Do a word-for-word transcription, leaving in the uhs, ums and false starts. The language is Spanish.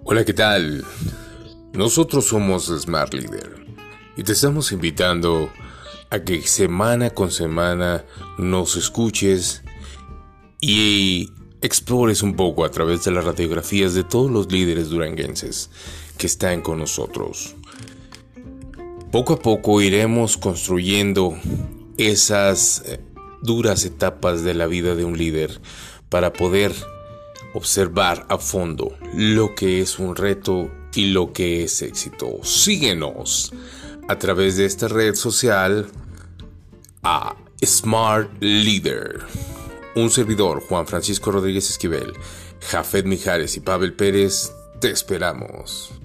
Hola, ¿qué tal? Nosotros somos Smart Leader y te estamos invitando a que semana con semana nos escuches y explores un poco a través de las radiografías de todos los líderes duranguenses que están con nosotros. Poco a poco iremos construyendo esas duras etapas de la vida de un líder para poder observar a fondo lo que es un reto y lo que es éxito. Síguenos a través de esta red social a Smart Leader. Un servidor, Juan Francisco Rodríguez Esquivel, Jafet Mijares y Pavel Pérez, te esperamos.